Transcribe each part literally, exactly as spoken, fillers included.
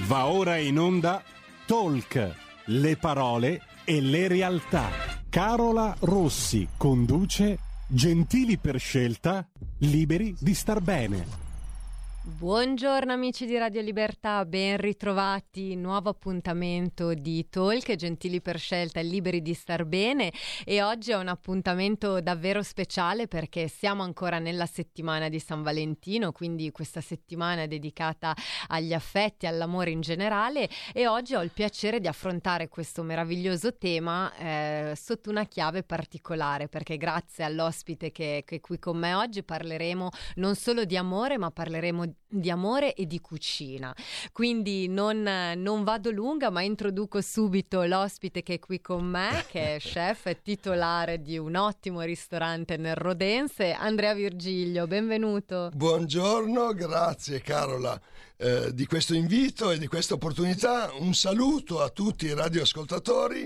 Va ora in onda Talk, le parole e le realtà. Carola Rossi conduce Gentili per scelta, liberi di star bene. Buongiorno amici di Radio Libertà, ben ritrovati, nuovo appuntamento di Talk, Gentili per scelta e liberi di star bene, e oggi è un appuntamento davvero speciale perché siamo ancora nella settimana di San Valentino, quindi questa settimana è dedicata agli affetti, all'amore in generale, e oggi ho il piacere di affrontare questo meraviglioso tema eh, sotto una chiave particolare, perché grazie all'ospite che, che è qui con me oggi parleremo non solo di amore, ma parleremo di amore e di cucina. Quindi non, non vado lunga, ma introduco subito l'ospite che è qui con me, che è chef e titolare di un ottimo ristorante nel Rodense, Andrea Virgilio. Benvenuto. Buongiorno, grazie Carola eh, di questo invito e di questa opportunità. Un saluto a tutti i radioascoltatori.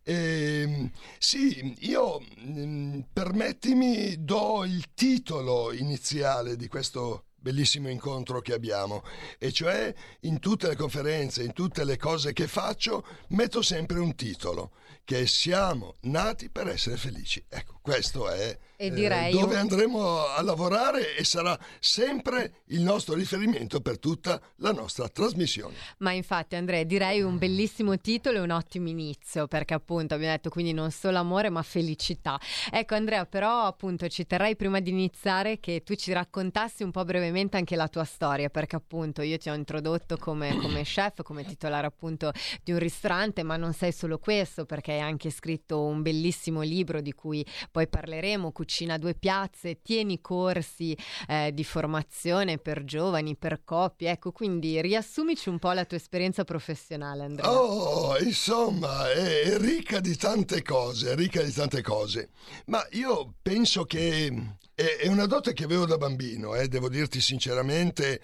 E, sì, io mh, permettimi, do il titolo iniziale di questo bellissimo incontro che abbiamo, e cioè in tutte le conferenze, in tutte le cose che faccio, metto sempre un titolo, che è Siamo nati per essere felici. Ecco, questo è e direi eh, dove io... andremo a lavorare, e sarà sempre il nostro riferimento per tutta la nostra trasmissione. Ma infatti Andrea, direi un bellissimo titolo e un ottimo inizio, perché appunto abbiamo detto quindi non solo amore ma felicità. Ecco Andrea, però appunto ci terrei prima di iniziare che tu ci raccontassi un po' brevemente anche la tua storia, perché appunto io ti ho introdotto come, come chef, come titolare appunto di un ristorante, ma non sei solo questo, perché hai anche scritto un bellissimo libro di cui poi parleremo, Cucina a due piazze, tieni corsi eh, di formazione per giovani, per coppie, ecco, quindi riassumici un po' la tua esperienza professionale, Andrea. Oh, insomma, è, è ricca di tante cose, è ricca di tante cose, ma io penso che è, è una dote che avevo da bambino, eh, devo dirti sinceramente.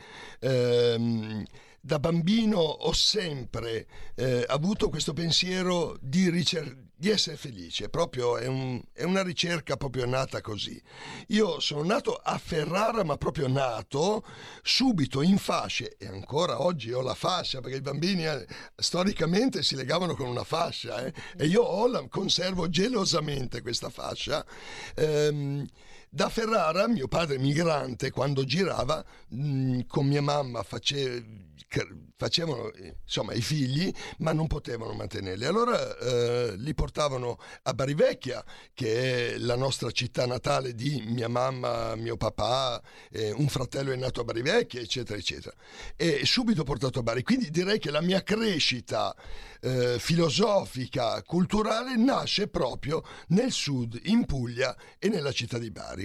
ehm, Da bambino ho sempre eh, avuto questo pensiero di, ricer- di essere felice, proprio è, un, è una ricerca proprio nata così. Io sono nato a Ferrara, ma proprio nato subito in fasce, e ancora oggi ho la fascia, perché i bambini eh, storicamente si legavano con una fascia, eh, e io ho la, conservo gelosamente questa fascia. Ehm, Da Ferrara, mio padre migrante, quando girava mh, con mia mamma face, facevano insomma i figli, ma non potevano mantenerli. Allora eh, li portavano a Bari Vecchia, che è la nostra città natale di mia mamma, mio papà, eh, un fratello è nato a Bari Vecchia, eccetera, eccetera. E subito portato a Bari. Quindi direi che la mia crescita eh, filosofica, culturale, nasce proprio nel sud, in Puglia e nella città di Bari.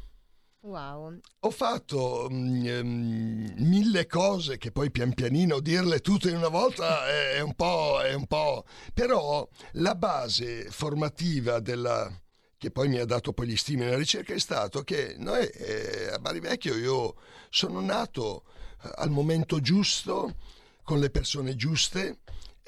Wow. Ho fatto um, mille cose che poi pian pianino dirle tutte in una volta è, è un po', è un po', però la base formativa della, che poi mi ha dato poi gli stimoli nella ricerca, è stato che noi eh, a Bari Vecchio io sono nato al momento giusto, con le persone giuste,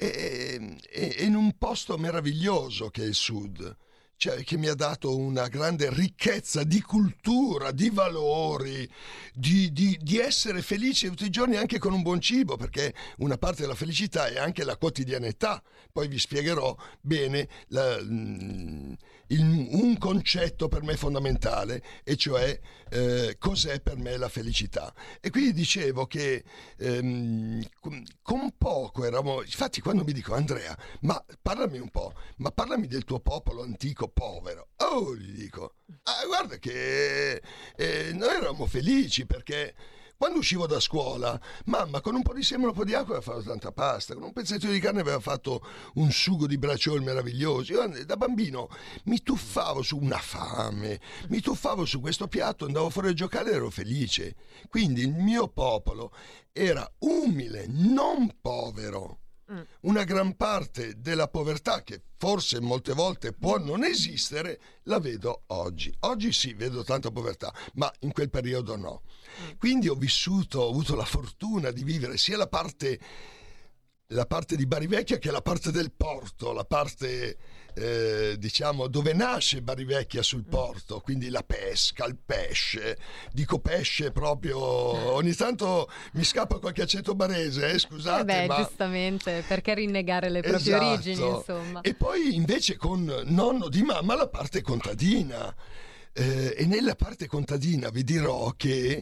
e, e, e in un posto meraviglioso che è il sud. Cioè, che mi ha dato una grande ricchezza di cultura, di valori, di, di, di essere felice tutti i giorni anche con un buon cibo, perché una parte della felicità è anche la quotidianità. Poi vi spiegherò bene la, il, un concetto per me fondamentale, e cioè eh, cos'è per me la felicità. E quindi dicevo che ehm, con, con poco eravamo... Infatti quando mi dico Andrea, ma parlami un po', ma parlami del tuo popolo antico povero. Oh, gli dico, ah, guarda che eh, noi eravamo felici perché quando uscivo da scuola, mamma con un po' di seme e un po' di acqua aveva fatto tanta pasta, con un pezzetto di carne aveva fatto un sugo di braciole meraviglioso. Io da bambino mi tuffavo su una fame, mi tuffavo su questo piatto, andavo fuori a giocare e ero felice. Quindi il mio popolo era umile, non povero. Una gran parte della povertà, che forse molte volte può non esistere, la vedo oggi. Oggi sì, vedo tanta povertà, ma in quel periodo no. Quindi ho vissuto, ho avuto la fortuna di vivere sia la parte, la parte di Bari Vecchia che la parte del porto, la parte eh, diciamo dove nasce Bari Vecchia sul porto, quindi la pesca, il pesce, dico pesce proprio, ogni tanto mi scappa qualche accento barese, eh, scusate. Eh beh, ma... giustamente, perché rinnegare le proprie esatto. origini, insomma. E poi invece con nonno di mamma la parte contadina, eh, e nella parte contadina vi dirò che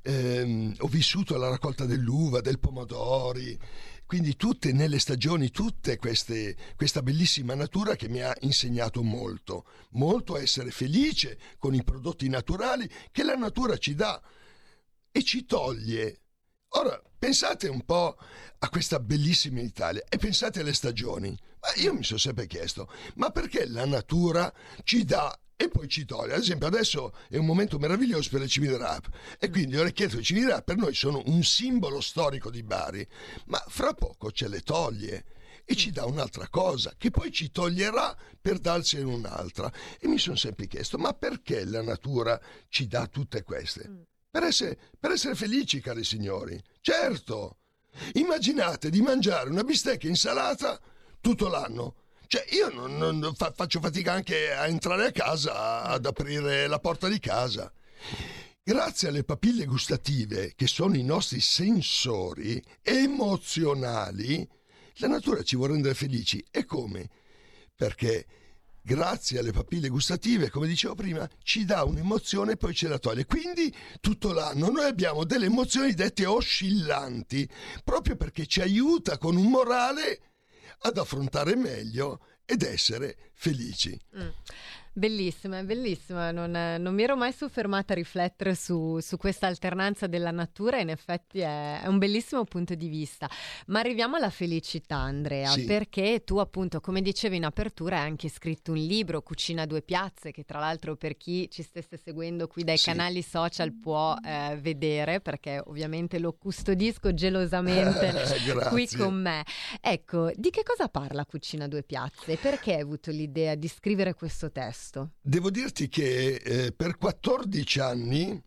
ehm, ho vissuto la raccolta dell'uva, del pomodori, quindi tutte nelle stagioni, tutte queste, questa bellissima natura che mi ha insegnato molto, molto a essere felice con i prodotti naturali che la natura ci dà e ci toglie. Ora, pensate un po' a questa bellissima Italia e pensate alle stagioni. Ma io mi sono sempre chiesto, ma perché la natura ci dà e poi ci toglie? Ad esempio adesso è un momento meraviglioso per le C V Rap e quindi le orecchiette di C V Rap per noi sono un simbolo storico di Bari, ma fra poco ce le toglie e ci dà un'altra cosa che poi ci toglierà per darcene un'altra. E mi sono sempre chiesto, ma perché la natura ci dà tutte queste? Per essere, per essere felici, cari signori. Certo, immaginate di mangiare una bistecca insalata tutto l'anno. Cioè io non, non fa, faccio fatica anche a entrare a casa, ad aprire la porta di casa. Grazie alle papille gustative, che sono i nostri sensori emozionali, la natura ci vuole rendere felici. E come? Perché grazie alle papille gustative, come dicevo prima, ci dà un'emozione e poi ce la toglie. Quindi tutto l'anno noi abbiamo delle emozioni dette oscillanti, proprio perché ci aiuta con un morale ad affrontare meglio ed essere felici. Mm. Bellissima, bellissima, non, non mi ero mai soffermata a riflettere su, su questa alternanza della natura, in effetti è, è un bellissimo punto di vista. Ma arriviamo alla felicità, Andrea, sì. Perché tu appunto, come dicevi in apertura, hai anche scritto un libro, Cucina a due piazze, che tra l'altro per chi ci stesse seguendo qui dai sì. canali social può eh, vedere, perché ovviamente lo custodisco gelosamente qui con me. Ecco, di che cosa parla Cucina a due piazze? Perché hai avuto l'idea di scrivere questo testo? Devo dirti che eh, per quattordici anni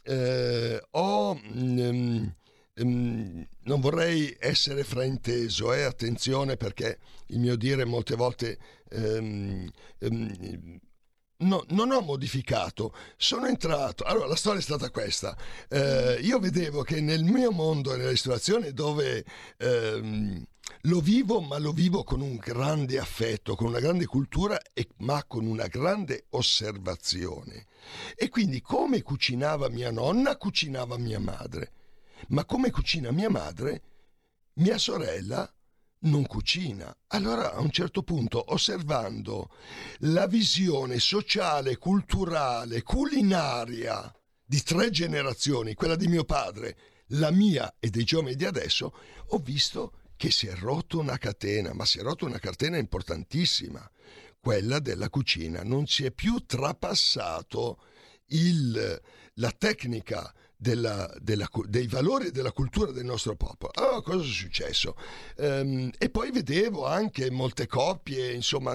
eh, ho, mm, mm, non vorrei essere frainteso, eh, attenzione, perché il mio dire molte volte ehm, ehm, no, non ho modificato, sono entrato. Allora la storia è stata questa, eh, io vedevo che nel mio mondo e nella situazione dove ehm, lo vivo, ma lo vivo con un grande affetto, con una grande cultura, e, ma con una grande osservazione. E quindi come cucinava mia nonna, cucinava mia madre. Ma come cucina mia madre, mia sorella non cucina. Allora a un certo punto, osservando la visione sociale, culturale, culinaria di tre generazioni, quella di mio padre, la mia e dei giovani di adesso, ho visto che si è rotto una catena, ma si è rotto una catena importantissima, quella della cucina. Non si è più trapassato il, la tecnica della, della, dei valori e della cultura del nostro popolo. Allora cosa è successo? Ehm, e poi vedevo anche molte coppie, insomma,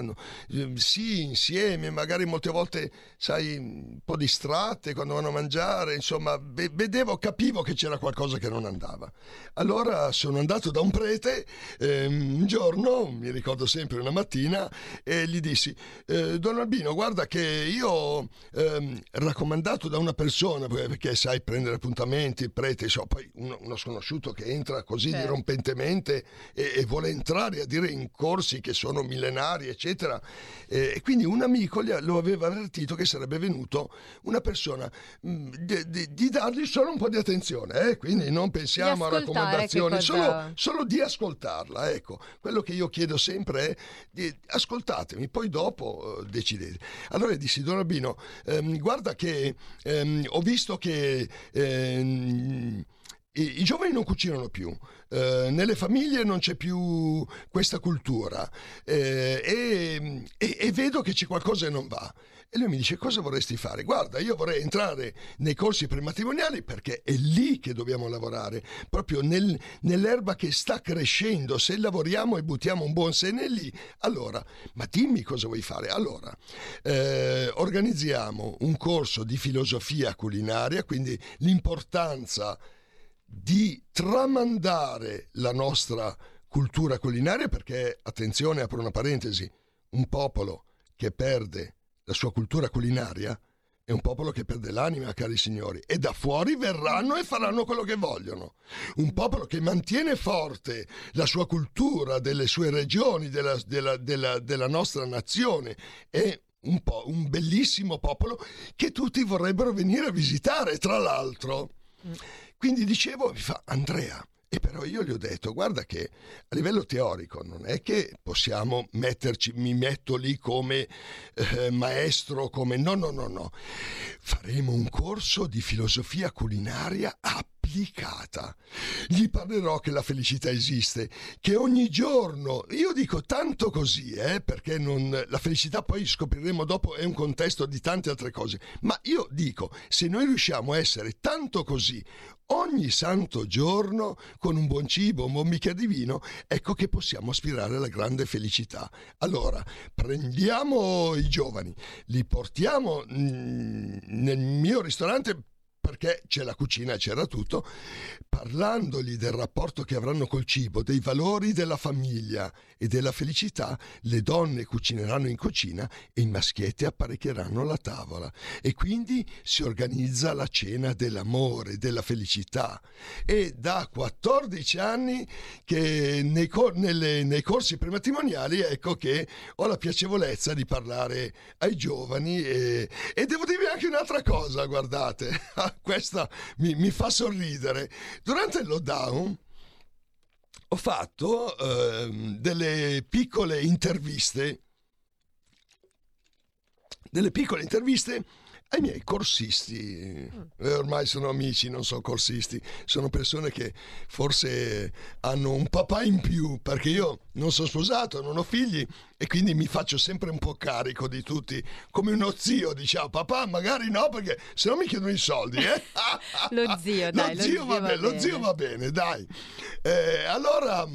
sì, insieme, magari molte volte, sai, un po' distratte quando vanno a mangiare, insomma, vedevo, capivo che c'era qualcosa che non andava. Allora sono andato da un prete ehm, un giorno, mi ricordo sempre una mattina, e gli dissi, eh, Don Albino, guarda che io ehm, raccomandato da una persona, perché sai prendere appuntamenti, il prete, so, poi uno, uno sconosciuto che entra così certo. dirompentemente e, e vuole entrare a dire in corsi che sono millenari, eccetera, e, e quindi un amico gli, lo aveva avvertito che sarebbe venuto una persona mh, di, di, di dargli solo un po' di attenzione, eh? Quindi non pensiamo a raccomandazioni, solo, solo di ascoltarla. Ecco, quello che io chiedo sempre è di, ascoltatemi, poi dopo uh, decidete. Allora dissi, Don Albino, ehm, guarda che ehm, ho visto che eh, I, i giovani non cucinano più, eh, nelle famiglie non c'è più questa cultura, eh, e, e, e vedo che c'è qualcosa che non va. E lui mi dice, cosa vorresti fare? Guarda, io vorrei entrare nei corsi prematrimoniali, perché è lì che dobbiamo lavorare, proprio nel, nell'erba che sta crescendo. Se lavoriamo e buttiamo un buon seme lì, allora, ma dimmi cosa vuoi fare. Allora, eh, organizziamo un corso di filosofia culinaria, quindi l'importanza di tramandare la nostra cultura culinaria, perché, attenzione, apro una parentesi, un popolo che perde la sua cultura culinaria è un popolo che perde l'anima, cari signori, e da fuori verranno e faranno quello che vogliono. Un popolo che mantiene forte la sua cultura, delle sue regioni, della, della, della, della nostra nazione, è un, po', un bellissimo popolo che tutti vorrebbero venire a visitare, tra l'altro. Quindi dicevo, mi fa Andrea, e però io gli ho detto, guarda che a livello teorico non è che possiamo metterci, mi metto lì come eh, maestro, come no, no, no, no. Faremo un corso di filosofia culinaria applicata. Gli parlerò che la felicità esiste, che ogni giorno, io dico tanto così, eh, perché non, la felicità poi scopriremo dopo è un contesto di tante altre cose, ma io dico, se noi riusciamo a essere tanto così ogni santo giorno con un buon cibo, un buon bicchiere di vino, ecco che possiamo aspirare alla grande felicità. Allora, prendiamo i giovani, li portiamo mh, nel mio ristorante perché c'è la cucina, c'era tutto, parlandogli del rapporto che avranno col cibo, dei valori della famiglia e della felicità, le donne cucineranno in cucina e i maschietti apparecchieranno la tavola. E quindi si organizza la cena dell'amore, della felicità. E da quattordici anni che nei, cor- nelle, nei corsi prematrimoniali, ecco che ho la piacevolezza di parlare ai giovani e, e devo dirvi anche un'altra cosa, guardate. Questa mi, mi fa sorridere. Durante il lockdown ho fatto eh, delle piccole interviste, delle piccole interviste ai miei corsisti. Eh, ormai sono amici, non sono corsisti, sono persone che forse hanno un papà in più, perché io non sono sposato, non ho figli e quindi mi faccio sempre un po' carico di tutti, come uno zio, diciamo, papà magari no perché se no mi chiedono i soldi, eh? Lo zio, dai, lo zio, lo va, zio va bene, bene. Lo zio va bene, dai. Eh, allora...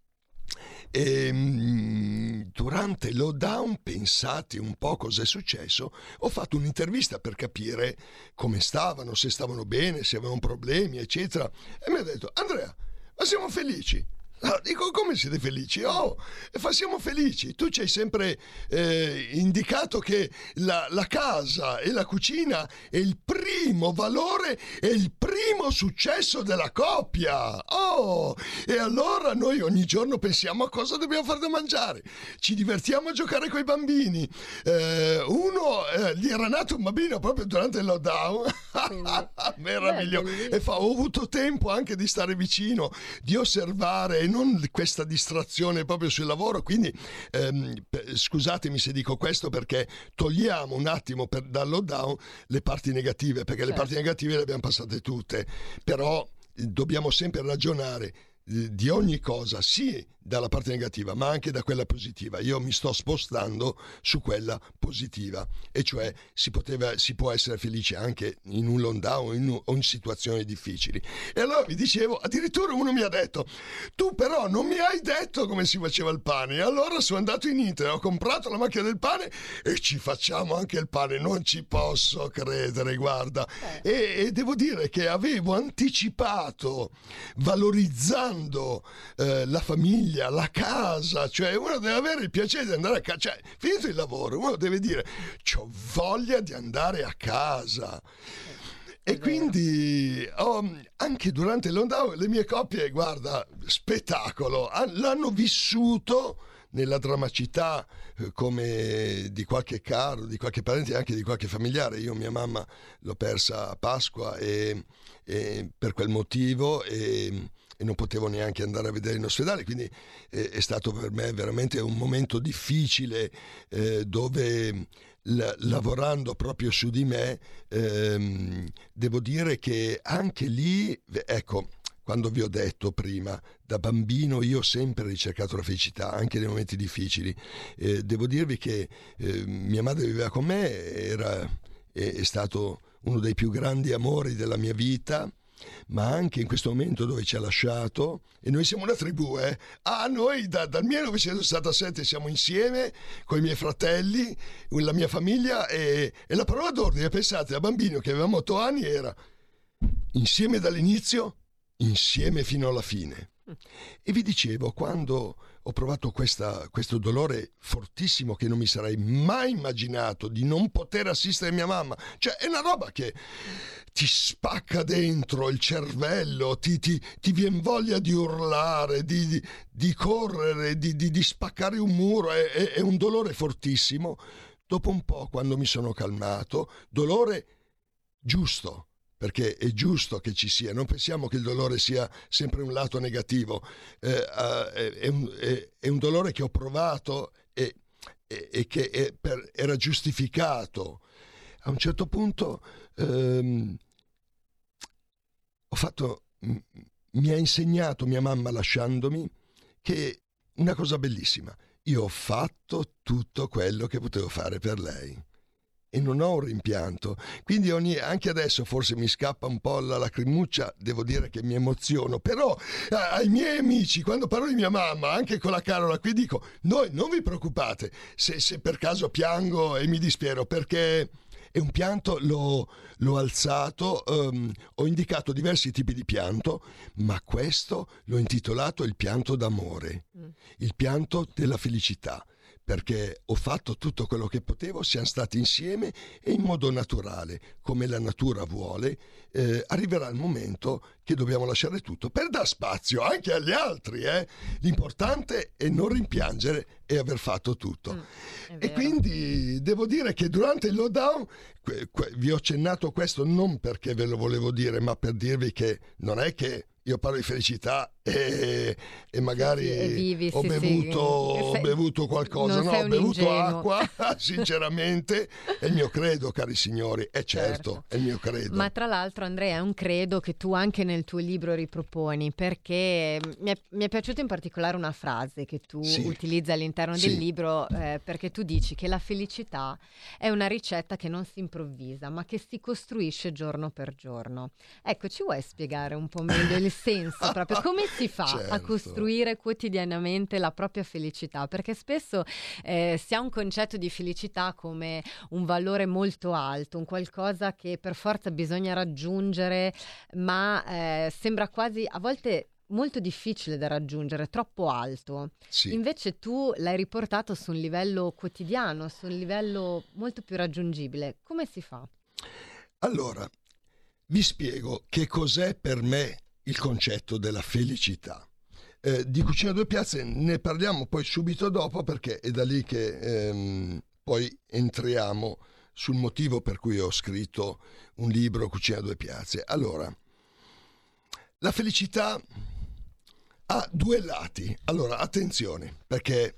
E, durante il lockdown, pensate un po' cosa è successo, ho fatto un'intervista per capire come stavano, se stavano bene, se avevano problemi, eccetera, e mi ha detto: Andrea, ma siamo felici? Allora, dico, come siete felici? Oh, fa, siamo felici. Tu ci hai sempre eh, indicato che la, la casa e la cucina è il primo valore e il primo successo della coppia. Oh, e allora noi ogni giorno pensiamo a cosa dobbiamo fare da mangiare. Ci divertiamo a giocare con i bambini. Eh, uno, eh, gli era nato un bambino proprio durante il lockdown. Meraviglioso. E fa, ho avuto tempo anche di stare vicino, di osservare, non questa distrazione proprio sul lavoro, quindi ehm, scusatemi se dico questo perché togliamo un attimo per, dal lockdown le parti negative, perché certo, le parti negative le abbiamo passate tutte, però dobbiamo sempre ragionare di ogni cosa, sì dalla parte negativa ma anche da quella positiva. Io mi sto spostando su quella positiva, e cioè si poteva, si può essere felice anche in un lockdown in, o in situazioni difficili. E allora vi dicevo, addirittura uno mi ha detto: tu però non mi hai detto come si faceva il pane. E allora sono andato in internet, ho comprato la macchina del pane e ci facciamo anche il pane. Non ci posso credere, guarda. E, e devo dire che avevo anticipato, valorizzando eh, la famiglia, la casa, cioè uno deve avere il piacere di andare a casa, cioè finito il lavoro uno deve dire c'ho voglia di andare a casa. E quindi oh, anche durante il lockdown le mie coppie, guarda, spettacolo, l'hanno vissuto nella drammaticità eh, come di qualche caro, di qualche parente e anche di qualche familiare. Io mia mamma l'ho persa a Pasqua e, e per quel motivo e e non potevo neanche andare a vedere in ospedale, quindi eh, è stato per me veramente un momento difficile eh, dove l- lavorando proprio su di me ehm, devo dire che anche lì, ecco, quando vi ho detto prima, da bambino io ho sempre ricercato la felicità, anche nei momenti difficili. Eh, devo dirvi che eh, mia madre viveva con me, era, è, è stato uno dei più grandi amori della mia vita, ma anche in questo momento dove ci ha lasciato, e noi siamo una tribù, eh? Ah, noi da, dal millenovecentosessantasette siamo insieme con i miei fratelli, la mia famiglia, e, e la parola d'ordine, pensate, da bambino che avevamo otto anni era insieme dall'inizio, insieme fino alla fine. E vi dicevo, quando ho provato questa, questo dolore fortissimo che non mi sarei mai immaginato di non poter assistere mia mamma, cioè è una roba che ti spacca dentro il cervello, ti, ti, ti viene voglia di urlare, di, di, di correre, di, di, di spaccare un muro, è, è, è un dolore fortissimo. Dopo un po', quando mi sono calmato, dolore giusto, perché è giusto che ci sia, non pensiamo che il dolore sia sempre un lato negativo, eh, uh, è, è, un, è, è un dolore che ho provato e, e, e che è per, era giustificato. A un certo punto ehm, ho fatto, mi ha insegnato mia mamma lasciandomi che una cosa bellissima, io ho fatto tutto quello che potevo fare per lei. E non ho un rimpianto, quindi ogni, anche adesso forse mi scappa un po' la lacrimuccia, devo dire che mi emoziono, però ai miei amici, quando parlo di mia mamma, anche con la Carola qui, dico, noi non vi preoccupate se, se per caso piango e mi dispiero, perché è un pianto, l'ho, l'ho alzato, um, ho indicato diversi tipi di pianto, ma questo l'ho intitolato il pianto d'amore, mm. il pianto della felicità, perché ho fatto tutto quello che potevo, siamo stati insieme e in modo naturale, come la natura vuole, eh, arriverà il momento che dobbiamo lasciare tutto per dar spazio anche agli altri. Eh? L'importante è non rimpiangere e aver fatto tutto. Mm, e quindi devo dire che durante il lockdown, que- que- vi ho accennato questo non perché ve lo volevo dire, ma per dirvi che non è che io parlo di felicità e, e magari sì, e vivi, ho, sì, bevuto, sì. ho bevuto qualcosa, no, ho bevuto ingenuo. acqua, sinceramente, è il mio credo, cari signori, è certo, certo, è il mio credo. Ma tra l'altro, Andrea, è un credo che tu anche nel tuo libro riproponi, perché mi è, mi è piaciuta in particolare una frase che tu sì. utilizzi all'interno sì. del libro, eh, perché tu dici che la felicità è una ricetta che non si improvvisa, ma che si costruisce giorno per giorno. Ecco, ci vuoi spiegare un po' meglio il senso, proprio come si fa certo. a costruire quotidianamente la propria felicità, perché spesso eh, si ha un concetto di felicità come un valore molto alto, un qualcosa che per forza bisogna raggiungere, ma eh, sembra quasi a volte molto difficile da raggiungere, troppo alto. Sì. Invece tu l'hai riportato su un livello quotidiano, su un livello molto più raggiungibile. Come si fa? Allora, vi spiego che cos'è per me il concetto della felicità. Eh, di Cucina a Due Piazze ne parliamo poi subito dopo, perché è da lì che ehm, poi entriamo sul motivo per cui ho scritto un libro, Cucina a Due Piazze. Allora, la felicità ha due lati. Allora, attenzione, perché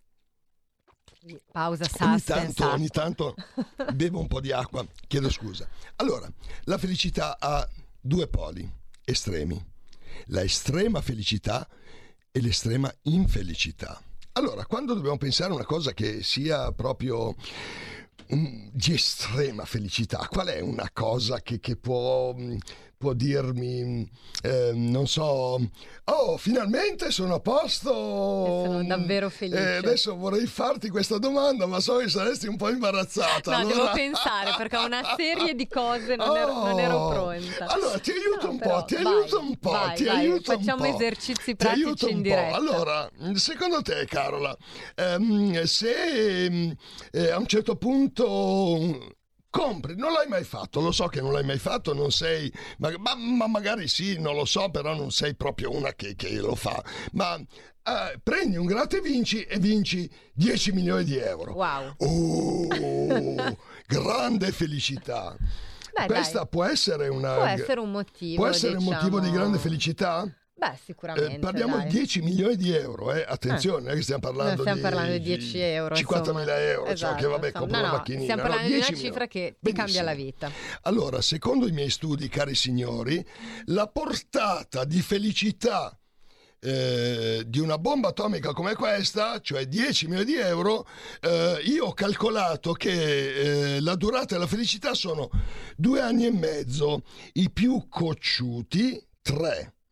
pausa ogni tanto, ogni tanto bevo un po' di acqua, chiedo scusa. Allora, la felicità ha due poli estremi, la estrema felicità e l'estrema infelicità. Allora, quando dobbiamo pensare a una cosa che sia proprio um, di estrema felicità, qual è una cosa che, che può, può dirmi, eh, non so, oh, finalmente sono a posto, sono davvero felice. Eh, adesso vorrei farti questa domanda, ma so che saresti un po' imbarazzata. No, allora... devo pensare, perché ho una serie di cose, non, oh, ero, non ero pronta. Allora ti aiuto no, un però, po', ti vai, aiuto un po', vai, ti vai, aiuto facciamo un po'. esercizi pratici in diretta. Allora, secondo te, Carola, ehm, se eh, a un certo punto compri, non l'hai mai fatto, lo so che non l'hai mai fatto, non sei, ma, ma, ma magari sì, non lo so, però non sei proprio una che, che lo fa, ma eh, prendi un gratta e vinci e vinci dieci milioni di euro. Wow. Oh, grande felicità. Beh, Questa dai. può essere una può essere un motivo, può essere diciamo... un motivo di grande felicità? Beh, sicuramente. Eh, parliamo dai. di dieci milioni di euro, eh. Attenzione, non eh. è che stiamo parlando, no, stiamo di, parlando di dieci euro, cinquantamila euro, esatto, cioè che vabbè, insomma, compro no, una no, macchinina. Stiamo parlando no, di una milioni. cifra che ti Benissimo. cambia la vita. Allora, secondo i miei studi, cari signori, la portata di felicità eh, di una bomba atomica come questa, cioè dieci milioni di euro, eh, io ho calcolato che eh, la durata della felicità sono due anni e mezzo, i più cocciuti tre.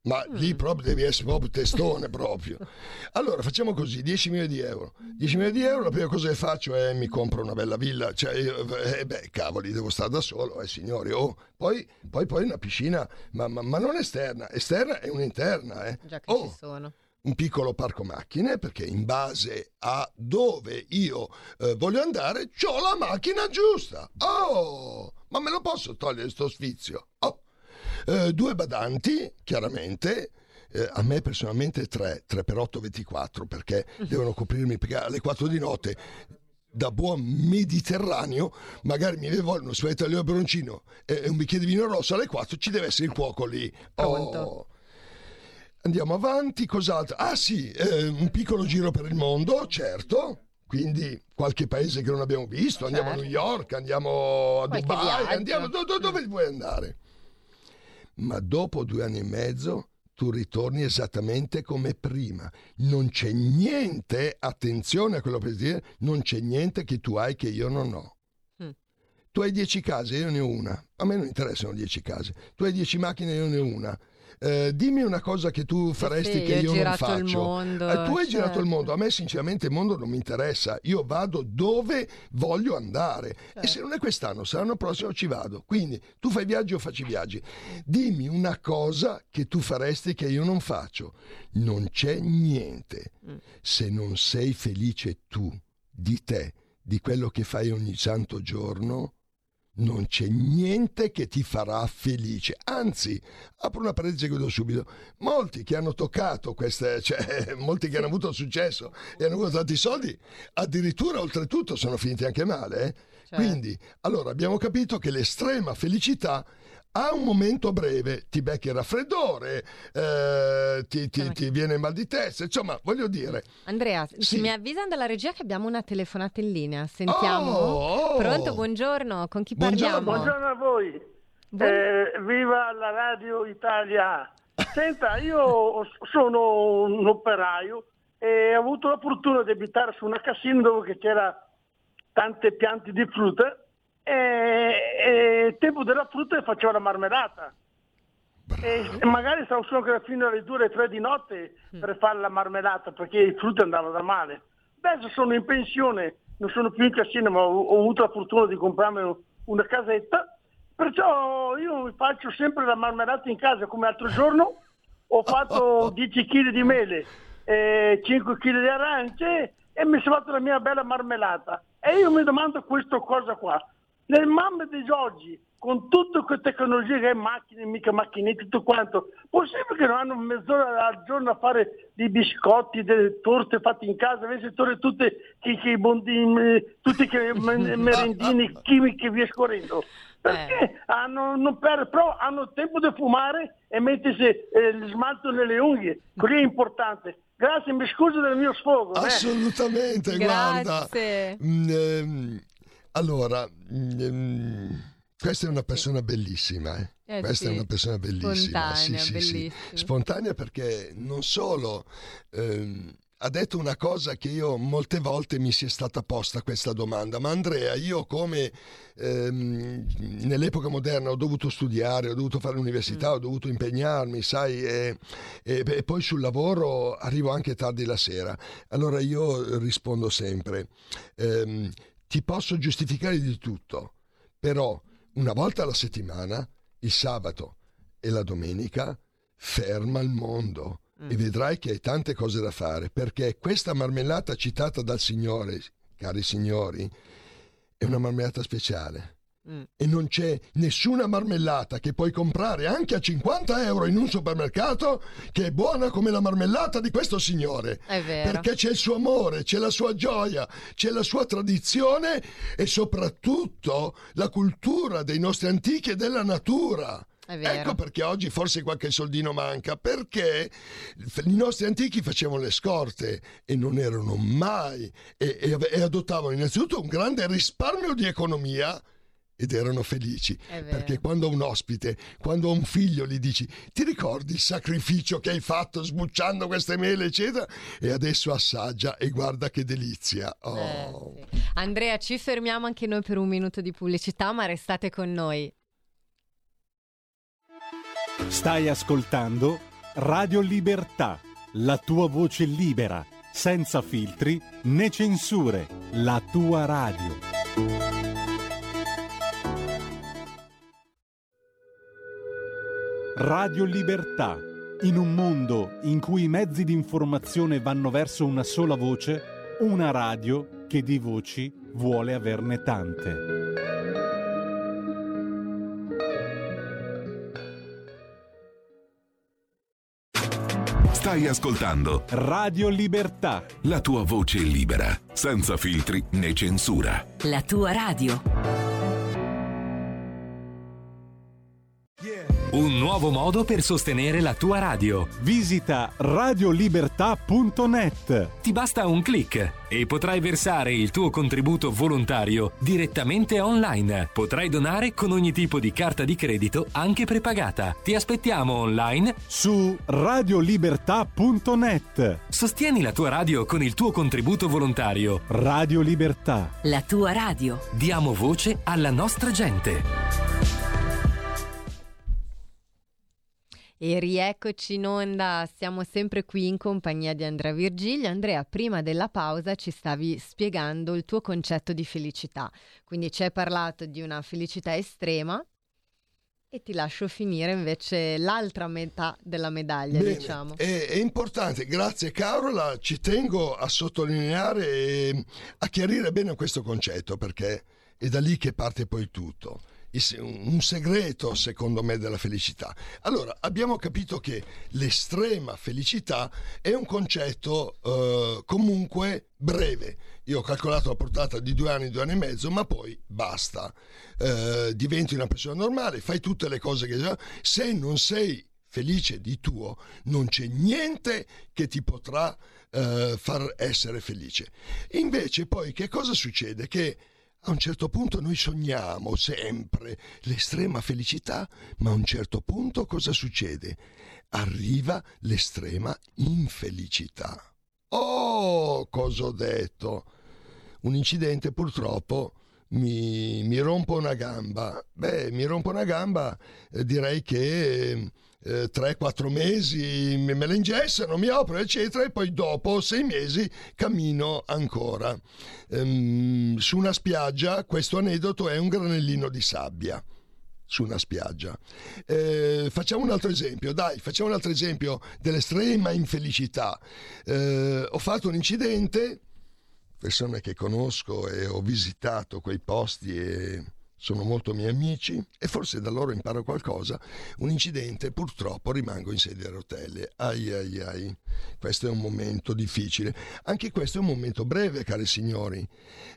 Ma mm. lì proprio devi essere proprio testone proprio. Allora facciamo così, dieci milioni di euro. dieci milioni di euro, la prima cosa che faccio è mi compro una bella villa. Cioè, io, eh, beh, cavoli, devo stare da solo, eh signori. Oh, poi, poi, poi una piscina, ma, ma, ma non esterna. Esterna è un'interna, eh. Già che oh. ci sono. Un piccolo parco macchine, perché in base a dove io eh, voglio andare c'ho la macchina giusta. Oh, ma me lo posso togliere sto sfizio? Oh. Eh, due badanti, chiaramente. Eh, a me personalmente tre, tre per otto ventiquattro, perché devono coprirmi, perché alle quattro di notte da buon mediterraneo magari mi bevo uno spaghetto peperoncino e un bicchiere di vino rosso, alle quattro ci deve essere il cuoco lì. Pronto. Oh. Andiamo avanti, cos'altro? Ah sì, eh, un piccolo giro per il mondo, certo, quindi qualche paese che non abbiamo visto, andiamo certo. a New York, andiamo a qualche Dubai, viaggio. andiamo do, do, dove vuoi andare? Ma dopo due anni e mezzo tu ritorni esattamente come prima, non c'è niente, attenzione a quello che dire, non c'è niente che tu hai che io non ho. Mm. Tu hai dieci case, io ne ho una, a me non interessano dieci case, tu hai dieci macchine, io ne ho una. Uh, dimmi una cosa che tu faresti sì, che io, io non faccio. Il mondo, uh, tu hai certo. girato il mondo, a me sinceramente il mondo non mi interessa, io vado dove voglio andare, certo. E se non è quest'anno, se l'anno prossimo ci vado, quindi tu fai viaggi o faccio viaggi, dimmi una cosa che tu faresti che io non faccio. Non c'è niente. Mm. Se non sei felice tu di te, di quello che fai ogni santo giorno, non c'è niente che ti farà felice. Anzi, apro una parentesi e chiudo subito. Molti che hanno toccato queste, cioè molti che hanno avuto successo e hanno avuto tanti soldi, addirittura oltretutto sono finiti anche male. Eh? Cioè. Quindi, allora abbiamo capito che l'estrema felicità ha un momento breve, ti becchi il raffreddore, eh, ti, ti, ti viene il mal di testa, insomma, voglio dire. Andrea, sì. mi avvisano dalla regia che abbiamo una telefonata in linea, sentiamo. Oh, oh. Pronto, buongiorno, con chi buongiorno. parliamo? Buongiorno a voi, Buon... eh, viva la Radio Italia. Senta, io sono un operaio e ho avuto la fortuna di abitare su una casina dove c'era tante piante di frutta. E il tempo della frutta faceva la marmellata. Bravo. E magari stavo solo fino alle due o tre di notte per fare la marmellata perché il frutto andava da male. Adesso sono in pensione, non sono più in casino, ma ho, ho avuto la fortuna di comprarmi una casetta, perciò io mi faccio sempre la marmellata in casa. Come l'altro giorno ho fatto dieci chili di mele, eh, cinque chili di arance e mi sono fatto la mia bella marmellata. E io mi domando questa cosa qua. Nel mondo di oggi, con tutte queste tecnologie che è macchine, mica macchinette, tutto quanto, possibile che non hanno mezz'ora al giorno a fare dei biscotti, delle torte fatte in casa, invece torte tutte che, che bondini, tutti che merendini chimiche via scorrendo. Perché eh. hanno, non per, però hanno tempo di fumare e mettersi eh, il smalto nelle unghie, così è importante. Grazie, mi scuso del mio sfogo. Assolutamente, eh. guarda. Grazie. Mm, ehm, allora, mm, questa è una persona bellissima, eh? Eh questa sì. è una persona bellissima, spontanea, sì, sì, sì. Spontanea perché non solo ehm, ha detto una cosa che io molte volte mi si è stata posta questa domanda, ma Andrea, io come ehm, nell'epoca moderna ho dovuto studiare, ho dovuto fare l'università, mm. ho dovuto impegnarmi, sai, e, e, e poi sul lavoro arrivo anche tardi la sera, allora io rispondo sempre, ehm, ti posso giustificare di tutto, però una volta alla settimana, il sabato e la domenica, ferma il mondo mm. e vedrai che hai tante cose da fare, perché questa marmellata citata dal Signore, cari signori, è una marmellata speciale. Mm. E non c'è nessuna marmellata che puoi comprare anche a cinquanta euro in un supermercato che è buona come la marmellata di questo signore. È vero. Perché c'è il suo amore, c'è la sua gioia, c'è la sua tradizione e soprattutto la cultura dei nostri antichi e della natura. Ecco perché oggi forse qualche soldino manca, perché i nostri antichi facevano le scorte e non erano mai e, e, e adottavano innanzitutto un grande risparmio di economia ed erano felici, perché quando un ospite, quando un figlio gli dici ti ricordi il sacrificio che hai fatto sbucciando queste mele eccetera, e adesso assaggia e guarda che delizia. Oh. Eh, sì. Andrea, ci fermiamo anche noi per un minuto di pubblicità, ma restate con noi. Stai ascoltando Radio Libertà, la tua voce libera, senza filtri né censure, la tua radio. Radio Libertà, in un mondo in cui i mezzi di informazione vanno verso una sola voce, una radio che di voci vuole averne tante. Stai ascoltando Radio Libertà, la tua voce libera, senza filtri né censura. La tua radio. Un nuovo modo per sostenere la tua radio. visita radiolibertà punto net. Ti basta un click e potrai versare il tuo contributo volontario direttamente online. Potrai donare con ogni tipo di carta di credito, anche prepagata. Ti aspettiamo online su radiolibertà punto net. Sostieni la tua radio con il tuo contributo volontario. Radio Libertà, la tua radio. Diamo voce alla nostra gente. E rieccoci in onda, siamo sempre qui in compagnia di Andrea Virgilio. Andrea, prima della pausa ci stavi spiegando il tuo concetto di felicità, quindi ci hai parlato di una felicità estrema e ti lascio finire invece l'altra metà della medaglia. Bene, diciamo. È, è importante, grazie Carola, ci tengo a sottolineare e a chiarire bene questo concetto, perché è da lì che parte poi tutto. Un segreto, secondo me, della felicità. Allora, abbiamo capito che l'estrema felicità è un concetto eh, comunque breve. Io ho calcolato la portata di due anni, due anni e mezzo, ma poi basta. Eh, diventi una persona normale, fai tutte le cose che... Se non sei felice di tuo, non c'è niente che ti potrà eh, far essere felice. Invece poi che cosa succede? Che a un certo punto noi sogniamo sempre l'estrema felicità, ma a un certo punto cosa succede? Arriva l'estrema infelicità. Oh, cosa ho detto? Un incidente purtroppo mi, mi rompo una gamba. Beh, mi rompo una gamba, eh, direi che... Eh, tre quattro mesi me la ingessano, mi opero eccetera, e poi dopo sei mesi cammino ancora ehm, su una spiaggia. Questo aneddoto è un granellino di sabbia su una spiaggia. Eh, facciamo un altro esempio, dai, facciamo un altro esempio dell'estrema infelicità. Eh, ho fatto un incidente, persone che conosco e ho visitato quei posti e sono molto miei amici e forse da loro imparo qualcosa. Un incidente, purtroppo rimango in sedia a rotelle. Ai ai ai, questo è un momento difficile. Anche questo è un momento breve, cari signori.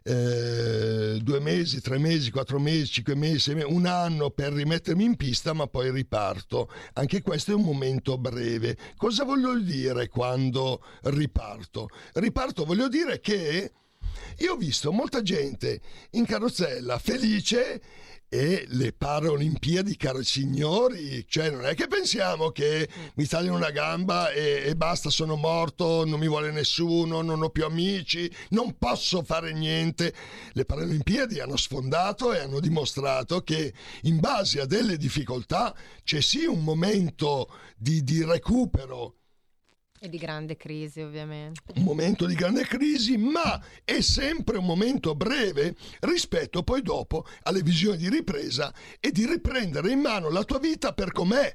Eh, due mesi, tre mesi, quattro mesi, cinque mesi, sei mesi, un anno per rimettermi in pista, ma poi riparto. Anche questo è un momento breve. Cosa voglio dire quando riparto? Riparto voglio dire che io ho visto molta gente in carrozzella felice e le Paralimpiadi, cari signori, cioè non è che pensiamo che mi tagliano una gamba e, e basta, sono morto, non mi vuole nessuno, non ho più amici, non posso fare niente. Le Paralimpiadi hanno sfondato e hanno dimostrato che in base a delle difficoltà c'è sì un momento di, di recupero. E di grande crisi, ovviamente. Un momento di grande crisi, ma è sempre un momento breve rispetto poi dopo alle visioni di ripresa e di riprendere in mano la tua vita per com'è.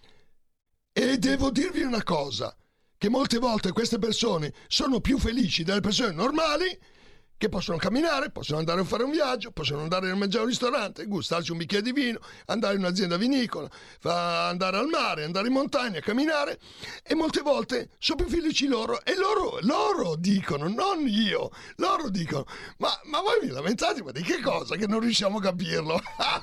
E devo dirvi una cosa, che molte volte queste persone sono più felici delle persone normali, che possono camminare, possono andare a fare un viaggio, possono andare a mangiare a un ristorante, gustarci un bicchiere di vino, andare in un'azienda vinicola, fa andare al mare, andare in montagna, camminare, e molte volte sono più felici loro, e loro, loro dicono, non io, loro dicono, ma, ma voi vi lamentate, ma di che cosa che non riusciamo a capirlo?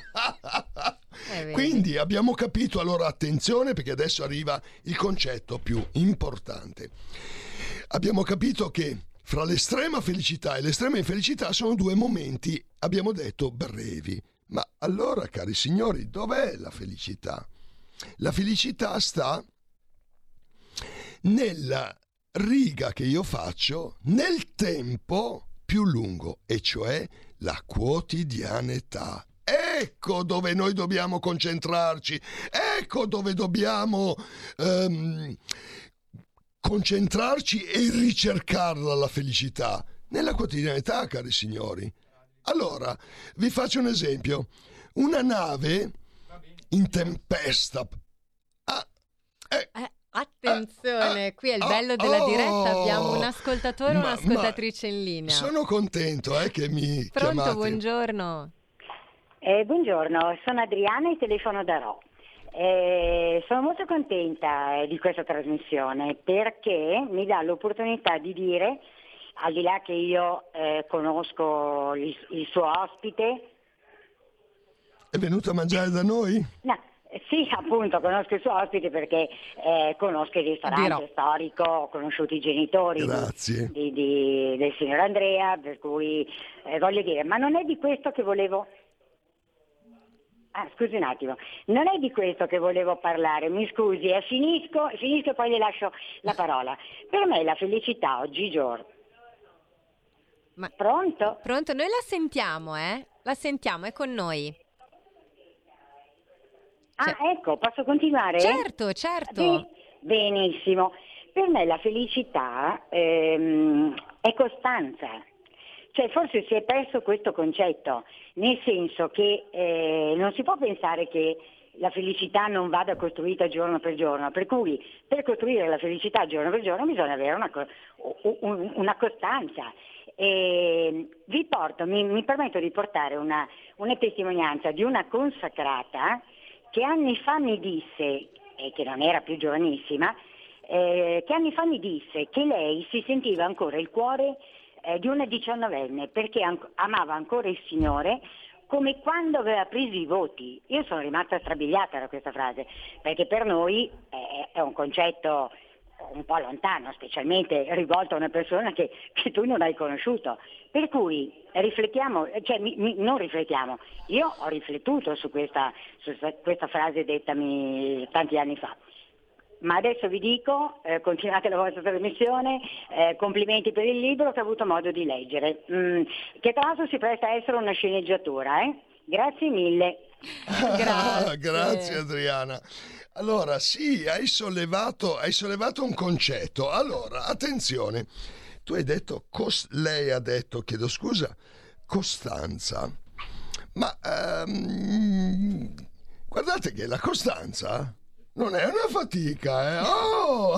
Quindi abbiamo capito, allora attenzione, perché adesso arriva il concetto più importante. Abbiamo capito che fra l'estrema felicità e l'estrema infelicità sono due momenti, abbiamo detto, brevi. Ma allora, cari signori, dov'è la felicità? La felicità sta nella riga che io faccio nel tempo più lungo, e cioè la quotidianità. Ecco dove noi dobbiamo concentrarci, ecco dove dobbiamo um, concentrarci e ricercarla la felicità, nella quotidianità, cari signori. Allora, vi faccio un esempio. Una nave in tempesta... Ah, eh, eh. Attenzione, eh, qui è il oh, bello della diretta, oh, abbiamo un ascoltatore e ma, un'ascoltatrice in linea. Sono contento eh, che mi Pronto, chiamate. buongiorno. Eh, buongiorno, sono Adriana e telefono da Rho. Eh, sono molto contenta eh, di questa trasmissione perché mi dà l'opportunità di dire, al di là che io eh, conosco il, il suo ospite... È venuto a mangiare da noi? No. Sì, appunto, conosco il suo ospite perché eh, conosco il ristorante Dirò. storico, ho conosciuto i genitori Grazie. di, di, del signor Andrea, per cui eh, voglio dire, ma non è di questo che volevo... Ah, scusi un attimo, non è di questo che volevo parlare, mi scusi, eh, finisco, finisco e poi le lascio la parola. Per me la felicità oggigiorno... Ma... Pronto? Pronto, noi la sentiamo, eh? La sentiamo, è con noi. Ah, ecco, posso continuare? Certo, certo. Sì, benissimo. Per me la felicità ehm, è costanza. Cioè forse si è perso questo concetto, nel senso che eh, non si può pensare che la felicità non vada costruita giorno per giorno, per cui per costruire la felicità giorno per giorno bisogna avere una, una costanza. E vi porto, mi, mi permetto di portare una, una testimonianza di una consacrata che anni fa mi disse, e che non era più giovanissima, eh, che anni fa mi disse che lei si sentiva ancora il cuore eh, di una diciannovenne perché an- amava ancora il Signore come quando aveva preso i voti. Io sono rimasta strabiliata da questa frase, perché per noi eh, è un concetto un po' lontano, specialmente rivolto a una persona che, che tu non hai conosciuto. Per cui riflettiamo, cioè mi, mi, non riflettiamo, io ho riflettuto su questa, su questa frase dettami tanti anni fa. Ma adesso vi dico, eh, continuate la vostra trasmissione, eh, complimenti per il libro che ho avuto modo di leggere, mm, che tra l'altro si presta a essere una sceneggiatura, eh? Grazie mille. Grazie. Grazie Adriana. Allora, sì, hai sollevato, hai sollevato un concetto. Allora, attenzione, tu hai detto, cos- lei ha detto, chiedo scusa, costanza. Ma um, guardate che la costanza non è una fatica, eh? Oh!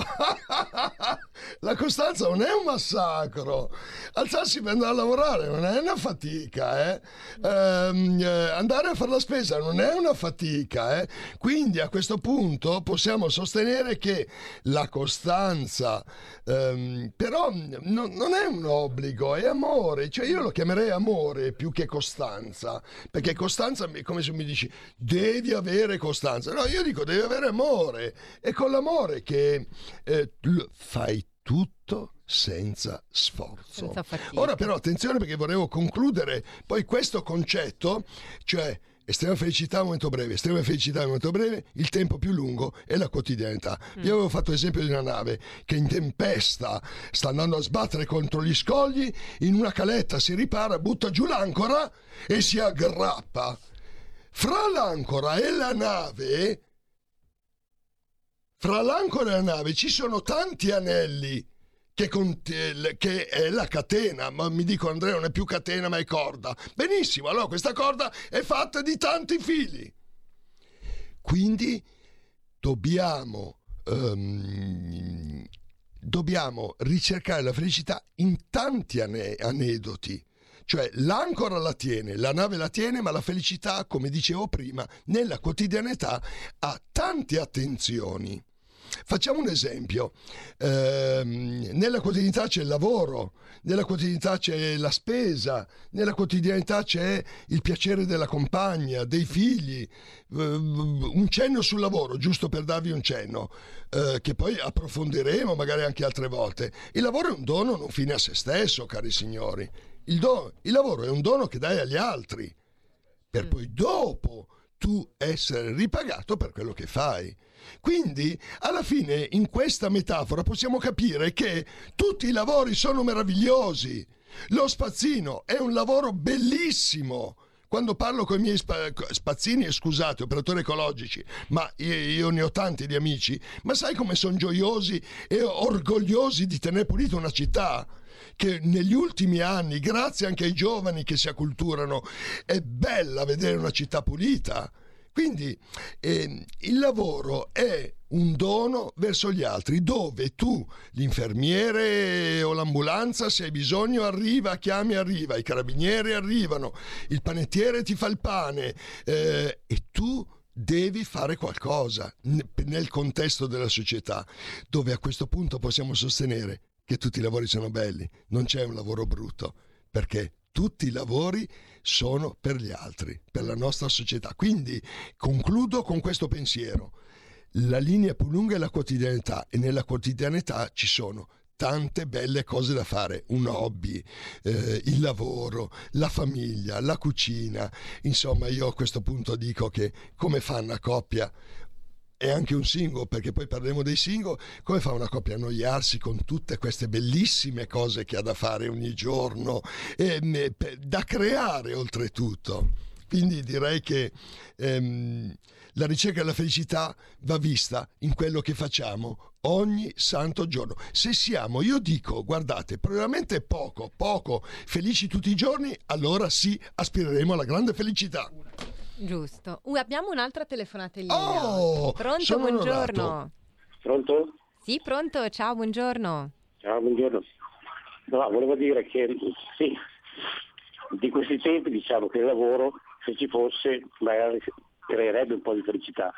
La costanza non è un massacro. Alzarsi per andare a lavorare non è una fatica, eh? Ehm, eh, andare a fare la spesa non è una fatica, eh? Quindi a questo punto possiamo sostenere che la costanza ehm, però no, non è un obbligo, è amore. Cioè io lo chiamerei amore più che costanza, perché costanza è come se mi dici devi avere costanza. No, io dico devi avere amore. È con l'amore che eh, fai tutto senza sforzo. Senza fatica. Ora però attenzione, perché volevo concludere poi questo concetto, cioè estrema felicità a momento breve, estrema felicità a momento breve, il tempo più lungo è la quotidianità. Mm. Io avevo fatto l'esempio di una nave che in tempesta sta andando a sbattere contro gli scogli, in una caletta si ripara, butta giù l'ancora e si aggrappa. Fra l'ancora e la nave Fra l'ancora e la nave ci sono tanti anelli che, cont- che è la catena, ma mi dico Andrea non è più catena ma è corda. Benissimo, allora questa corda è fatta di tanti fili. Quindi dobbiamo, um, dobbiamo ricercare la felicità in tanti ane- aneddoti. Cioè l'ancora la tiene, la nave la tiene, ma la felicità, come dicevo prima, nella quotidianità ha tante attenzioni. Facciamo un esempio, ehm, nella quotidianità c'è il lavoro, nella quotidianità c'è la spesa, nella quotidianità c'è il piacere della compagna, dei figli, ehm, un cenno sul lavoro, giusto per darvi un cenno, eh, che poi approfondiremo magari anche altre volte. Il lavoro è un dono non fine a se stesso, cari signori. Il, do- il lavoro è un dono che dai agli altri, per mm. poi dopo tu essere ripagato per quello che fai. Quindi, alla fine, in questa metafora possiamo capire che tutti i lavori sono meravigliosi. Lo spazzino è un lavoro bellissimo, quando parlo con i miei spa- spazzini, e scusate, operatori ecologici, ma io, io ne ho tanti di amici, ma sai come sono gioiosi e orgogliosi di tenere pulita una città? Che negli ultimi anni, grazie anche ai giovani che si acculturano, è bella vedere una città pulita. Quindi eh, il lavoro è un dono verso gli altri, dove tu, l'infermiere o l'ambulanza, se hai bisogno arriva, chiami arriva, i carabinieri arrivano, il panettiere ti fa il pane eh, e tu devi fare qualcosa nel contesto della società, dove a questo punto possiamo sostenere che tutti i lavori sono belli, non c'è un lavoro brutto, perché tutti i lavori sono per gli altri, per la nostra società. Quindi concludo con questo pensiero: la linea più lunga è la quotidianità, e nella quotidianità ci sono tante belle cose da fare, un hobby, eh, il lavoro, la famiglia, la cucina. Insomma, io a questo punto dico che come fa una coppia, e anche un single, perché poi parleremo dei single, come fa una coppia a annoiarsi con tutte queste bellissime cose che ha da fare ogni giorno e da creare oltretutto. Quindi direi che ehm, la ricerca della felicità va vista in quello che facciamo ogni santo giorno. Se siamo, io dico, guardate, probabilmente poco, poco felici tutti i giorni, allora sì, aspireremo alla grande felicità. Giusto. Uh, abbiamo un'altra telefonata in linea. Oh, pronto, buongiorno. Onorato. Pronto? Sì, pronto, ciao, buongiorno. Ciao, buongiorno. No, volevo dire che sì, di questi tempi diciamo che il lavoro, se ci fosse, magari creerebbe un po' di felicità.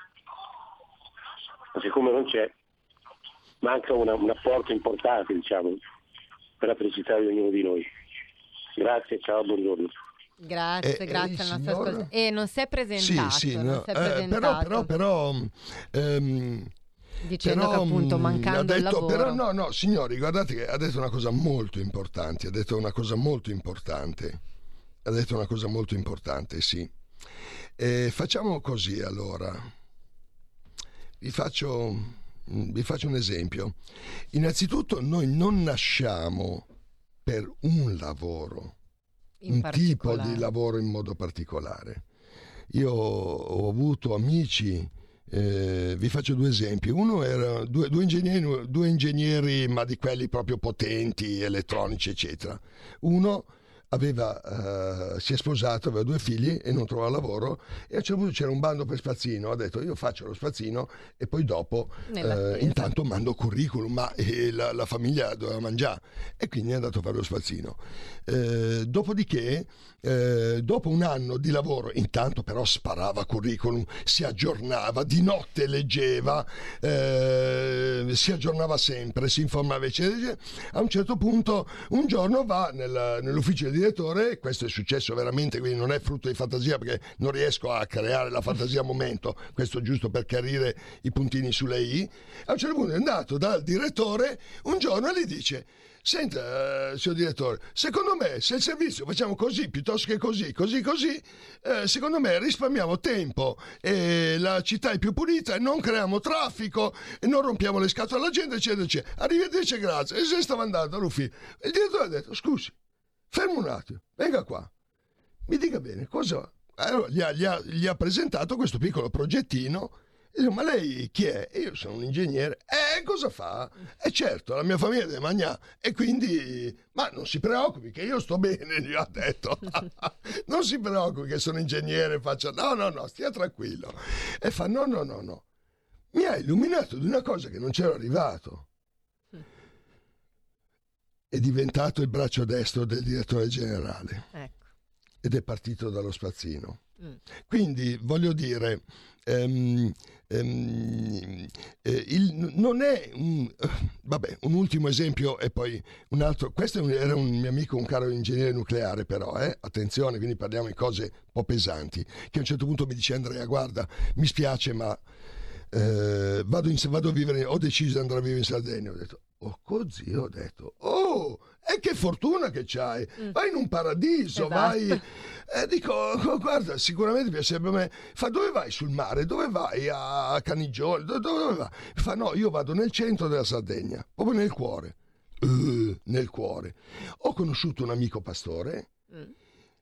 Ma siccome non c'è, manca una, un apporto importante, diciamo, per la felicità di ognuno di noi. Grazie, ciao, buongiorno. Grazie, eh, grazie eh, al nostro signor... ascoltatore. E non si è presentato, sì, sì, non no, si è eh, presentato. però, però, però ehm, dicendo però, che appunto mh, mancando ha detto, il lavoro. Però no, no, signori, guardate che ha detto una cosa molto importante, ha detto una cosa molto importante, ha detto una cosa molto importante, sì. E facciamo così allora, vi faccio, vi faccio un esempio. Innanzitutto noi non nasciamo per un lavoro, In un tipo di lavoro in modo particolare. Io ho avuto amici, eh, vi faccio due esempi. Uno era due, due, ingegneri, due ingegneri, ma di quelli proprio potenti, elettronici, eccetera. Uno aveva, uh, si è sposato, aveva due figli e non trovava lavoro, e a un certo punto c'era un bando per spazzino. Ha detto: io faccio lo spazzino e poi dopo uh, intanto mando curriculum, ma eh, la, la famiglia doveva mangiare, e quindi è andato a fare lo spazzino. Uh, dopodiché uh, dopo un anno di lavoro, intanto però sparava curriculum, si aggiornava, di notte leggeva, uh, si aggiornava sempre, si informava, eccetera, eccetera. A un certo punto un giorno va nel, nell'ufficio del direttore, questo è successo veramente, quindi non è frutto di fantasia, perché non riesco a creare la fantasia a momento, questo giusto per chiarire i puntini sulle i. A un certo punto è andato dal direttore un giorno e gli dice: senta, signor direttore, secondo me se il servizio facciamo così piuttosto che così, così, così, eh, secondo me risparmiamo tempo e la città è più pulita e non creiamo traffico e non rompiamo le scatole alla gente, eccetera, eccetera. Arrivederci, grazie. E se stava andando all'ufficio, il direttore ha detto: scusi, fermo un attimo, venga qua, mi dica bene cosa. Allora gli ha, gli ha, gli ha presentato questo piccolo progettino. E dico: ma lei chi è? E io sono un ingegnere. E cosa fa? E certo, la mia famiglia deve mangiare, e quindi, ma non si preoccupi che io sto bene, gli ha detto. Non si preoccupi che sono ingegnere, faccia no, no, no, stia tranquillo. E fa: no, no, no, no, mi ha illuminato di una cosa che non c'ero arrivato. È diventato il braccio destro del direttore generale, ecco. Ed è partito dallo spazzino. Mm. Quindi voglio dire, um, um, eh, il, non è un, uh, vabbè, un ultimo esempio e poi un altro. Questo era un mio amico, un caro ingegnere nucleare, però eh, attenzione, quindi parliamo di cose un po' pesanti, che a un certo punto mi dice: Andrea, guarda, mi spiace, ma eh, vado, in, vado a vivere, ho deciso di andare a vivere in Sardegna. Ho detto: oh, così, ho detto, oh, e che fortuna che c'hai, mm. vai in un paradiso, esatto. vai, e dico, guarda, sicuramente piacerebbe a me. Fa: dove vai sul mare? Dove vai? A Caniggione? Dove, dove vai? Fa: no, io vado nel centro della Sardegna, proprio nel cuore, uh, nel cuore. Ho conosciuto un amico pastore, mm.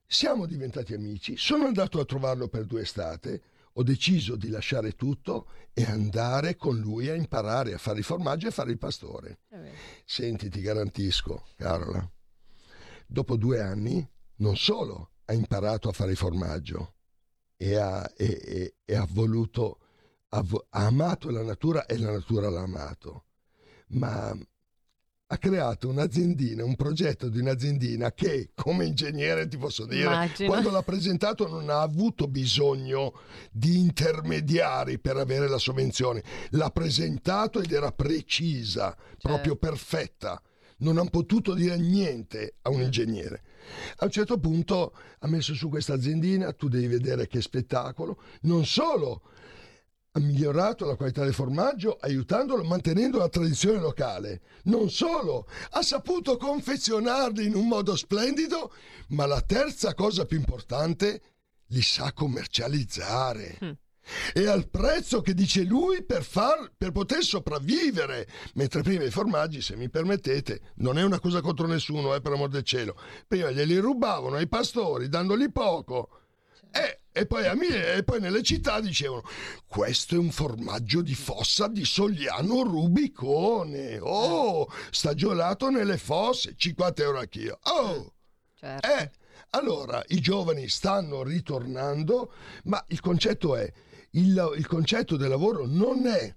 siamo diventati amici, sono andato a trovarlo per due estate, ho deciso di lasciare tutto e andare con lui a imparare a fare i formaggi e a fare il pastore. Senti, ti garantisco, Carola, dopo due anni non solo ha imparato a fare il formaggio e ha, e, e, e ha voluto, ha, ha amato la natura e la natura l'ha amato, ma ha creato un'aziendina, un progetto di un'aziendina che, come ingegnere ti posso dire, Immagino. quando l'ha presentato non ha avuto bisogno di intermediari per avere la sovvenzione. L'ha presentato ed era precisa, certo. proprio perfetta. Non hanno potuto dire niente a un ingegnere. A un certo punto ha messo su questa aziendina, tu devi vedere che spettacolo, non solo ha migliorato la qualità del formaggio aiutandolo, mantenendo la tradizione locale, non solo ha saputo confezionarli in un modo splendido, ma la terza cosa più importante, li sa commercializzare. Mm. E al prezzo che dice lui per, far, per poter sopravvivere, mentre prima i formaggi, se mi permettete, non è una cosa contro nessuno, eh, per amor del cielo, prima glieli rubavano ai pastori dandogli poco, e, e, poi a me, e poi nelle città dicevano questo è un formaggio di Fossa di Sogliano Rubicone, oh, stagionato nelle fosse, cinquanta euro a chilo, oh, certo. eh, allora i giovani stanno ritornando, ma il concetto è Il, il concetto del lavoro non è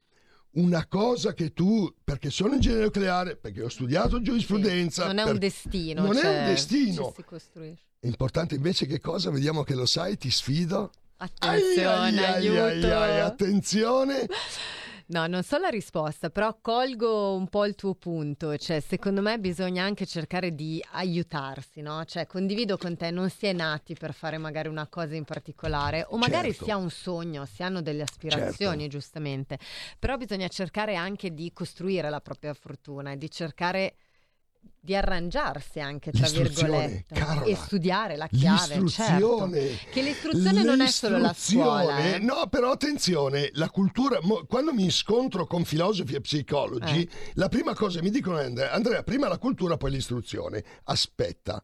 una cosa che tu, perché sono ingegnere nucleare, perché ho studiato giurisprudenza, sì, non è per, un destino, non cioè, è un destino. Ci si costruisce. È importante invece che cosa? Vediamo che lo sai, ti sfido. Attenzione, ai, aiuto. ai, ai, ai, attenzione. No, non so la risposta, però colgo un po' il tuo punto, cioè secondo me bisogna anche cercare di aiutarsi, no? Cioè condivido con te, non si è nati per fare magari una cosa in particolare o magari certo. si ha un sogno, si hanno delle aspirazioni certo. giustamente, però bisogna cercare anche di costruire la propria fortuna e di cercare di arrangiarsi anche tra virgolette Carola, e studiare la chiave, l'istruzione, certo. che l'istruzione non è solo la scuola, eh. no, però attenzione, la cultura, quando mi scontro con filosofi e psicologi eh. la prima cosa mi dicono è Andrea, prima la cultura poi l'istruzione, aspetta,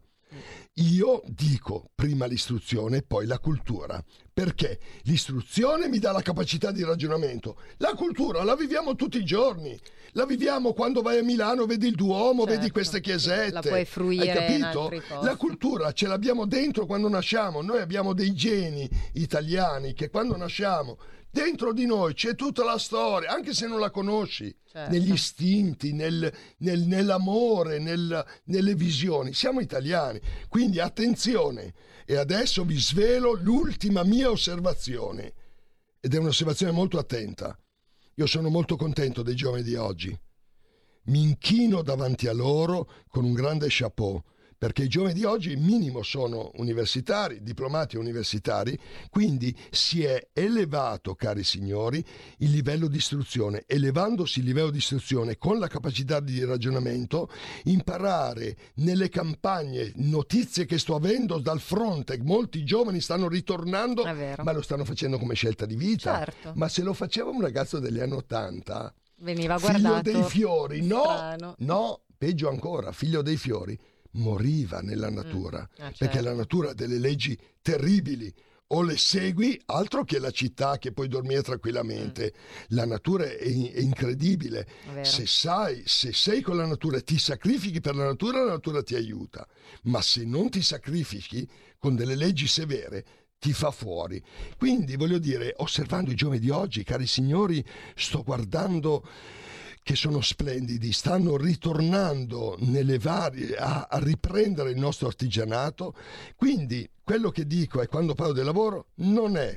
io dico prima l'istruzione poi la cultura, perché l'istruzione mi dà la capacità di ragionamento, la cultura la viviamo tutti i giorni, la viviamo quando vai a Milano, vedi il Duomo, certo. vedi queste chiesette, la puoi fruire, hai capito? La cultura ce l'abbiamo dentro quando nasciamo, noi abbiamo dei geni italiani che quando nasciamo dentro di noi c'è tutta la storia, anche se non la conosci, certo. negli istinti, nel, nel, nell'amore, nel, nelle visioni. Siamo italiani, quindi attenzione. E adesso vi svelo l'ultima mia osservazione, ed è un'osservazione molto attenta. Io sono molto contento dei giovani di oggi. Mi inchino davanti a loro con un grande chapeau, perché i giovani di oggi minimo sono universitari, diplomati universitari, quindi si è elevato, cari signori, il livello di istruzione. Elevandosi il livello di istruzione con la capacità di ragionamento, imparare nelle campagne, notizie che sto avendo dal fronte, molti giovani stanno ritornando, ma lo stanno facendo come scelta di vita. Certo. Ma se lo faceva un ragazzo degli anni Ottanta, veniva guardato, figlio dei fiori, no, strano. no, peggio ancora, figlio dei fiori, moriva nella natura, mm. ah, certo. perché la natura ha delle leggi terribili, o le segui, altro che la città che puoi dormire tranquillamente. Mm. La natura è, è incredibile, è se sai, se sei con la natura e ti sacrifichi per la natura, la natura ti aiuta, ma se non ti sacrifichi con delle leggi severe ti fa fuori. Quindi voglio dire, osservando i giovani di oggi, cari signori, sto guardando che sono splendidi, stanno ritornando nelle varie a, a riprendere il nostro artigianato. Quindi quello che dico è, quando parlo del lavoro, non è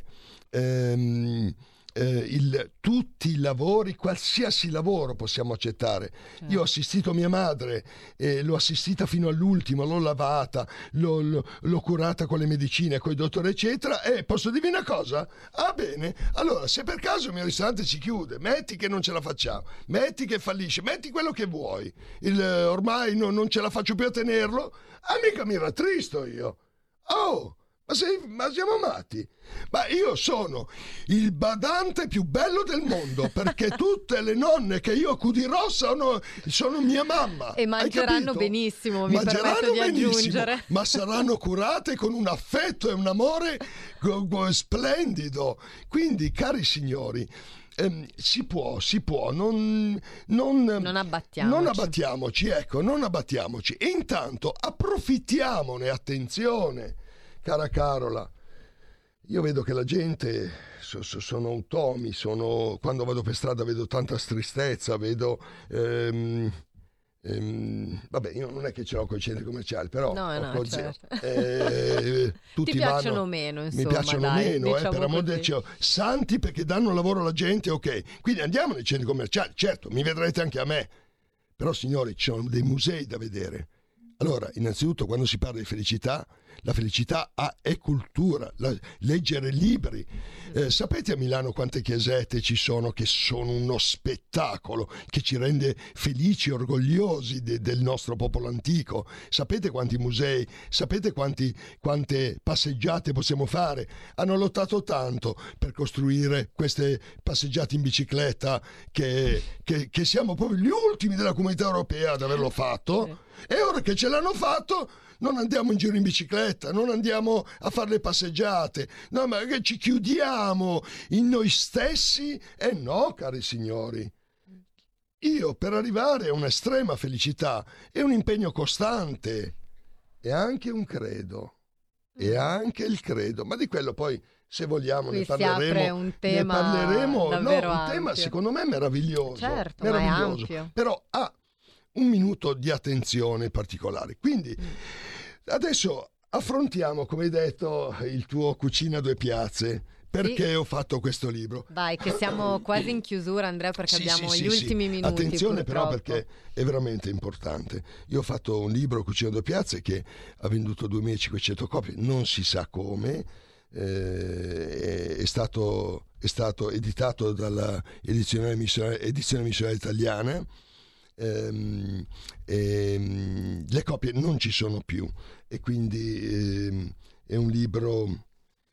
ehm, eh, il, tutti i lavori, qualsiasi lavoro possiamo accettare. Certo. Io ho assistito mia madre, eh, l'ho assistita fino all'ultimo, l'ho lavata, l'ho, l'ho, l'ho curata con le medicine, con i dottori eccetera, e posso dirvi una cosa? Ah bene, allora se per caso il mio ristorante si chiude, metti che non ce la facciamo, metti che fallisce, metti quello che vuoi, il, ormai no, non ce la faccio più a tenerlo, ah mica mi rattristo io. Oh, Ma, sei, ma siamo matti? Ma io sono il badante più bello del mondo, perché tutte le nonne che io accudirò sono, sono mia mamma. E mangeranno benissimo, mi mangeranno permetto di benissimo, aggiungere. ma saranno curate con un affetto e un amore go- go- splendido. Quindi, cari signori, ehm, si può, si può, non, non, non abbattiamoci. Non abbattiamoci, ecco, non abbattiamoci. E intanto approfittiamone, attenzione. Cara Carola, io vedo che la gente so, so, sono automi, sono, quando vado per strada vedo tanta tristezza, vedo ehm, ehm, vabbè, io non è che ce l'ho con i centri commerciali, però no, no, così, certo. eh, tutti ti piacciono vanno, meno, insomma, mi piacciono dai, meno, diciamo eh, per amor del così. cielo, santi perché danno lavoro alla gente, ok, quindi andiamo nei centri commerciali, certo, mi vedrete anche a me, però signori, ci sono dei musei da vedere. Allora, innanzitutto, quando si parla di felicità, la felicità ha, è cultura, la, leggere libri. Eh, sapete a Milano quante chiesette ci sono che sono uno spettacolo che ci rende felici e orgogliosi de, del nostro popolo antico? Sapete quanti musei, sapete quanti, quante passeggiate possiamo fare? Hanno lottato tanto per costruire queste passeggiate in bicicletta che, che, che siamo proprio gli ultimi della comunità europea ad averlo fatto. E ora che ce l'hanno fatto, non andiamo in giro in bicicletta, non andiamo a fare le passeggiate, no, ma che ci chiudiamo in noi stessi? E eh no, cari signori. Io, per arrivare a un'estrema felicità, è un impegno costante, e anche un credo, e anche il credo, ma di quello poi, se vogliamo, Qui ne parleremo. Un tema ne parleremo, no, un ampio. tema secondo me meraviglioso, certo, meraviglioso, ma è ampio. Però ha ah, un minuto di attenzione particolare. Quindi adesso affrontiamo, come hai detto, il tuo Cucina a due piazze. Perché sì. ho fatto questo libro? Vai, che siamo quasi in chiusura, Andrea, perché sì, abbiamo sì, gli sì, ultimi sì. minuti. Attenzione purtroppo. però, perché è veramente importante. Io ho fatto un libro, Cucina a due piazze, che ha venduto duemilacinquecento copie, non si sa come. Eh, è, stato, è stato editato dalla edizione missionaria, edizione missionaria italiana. Ehm, ehm, le copie non ci sono più e quindi ehm, è un libro,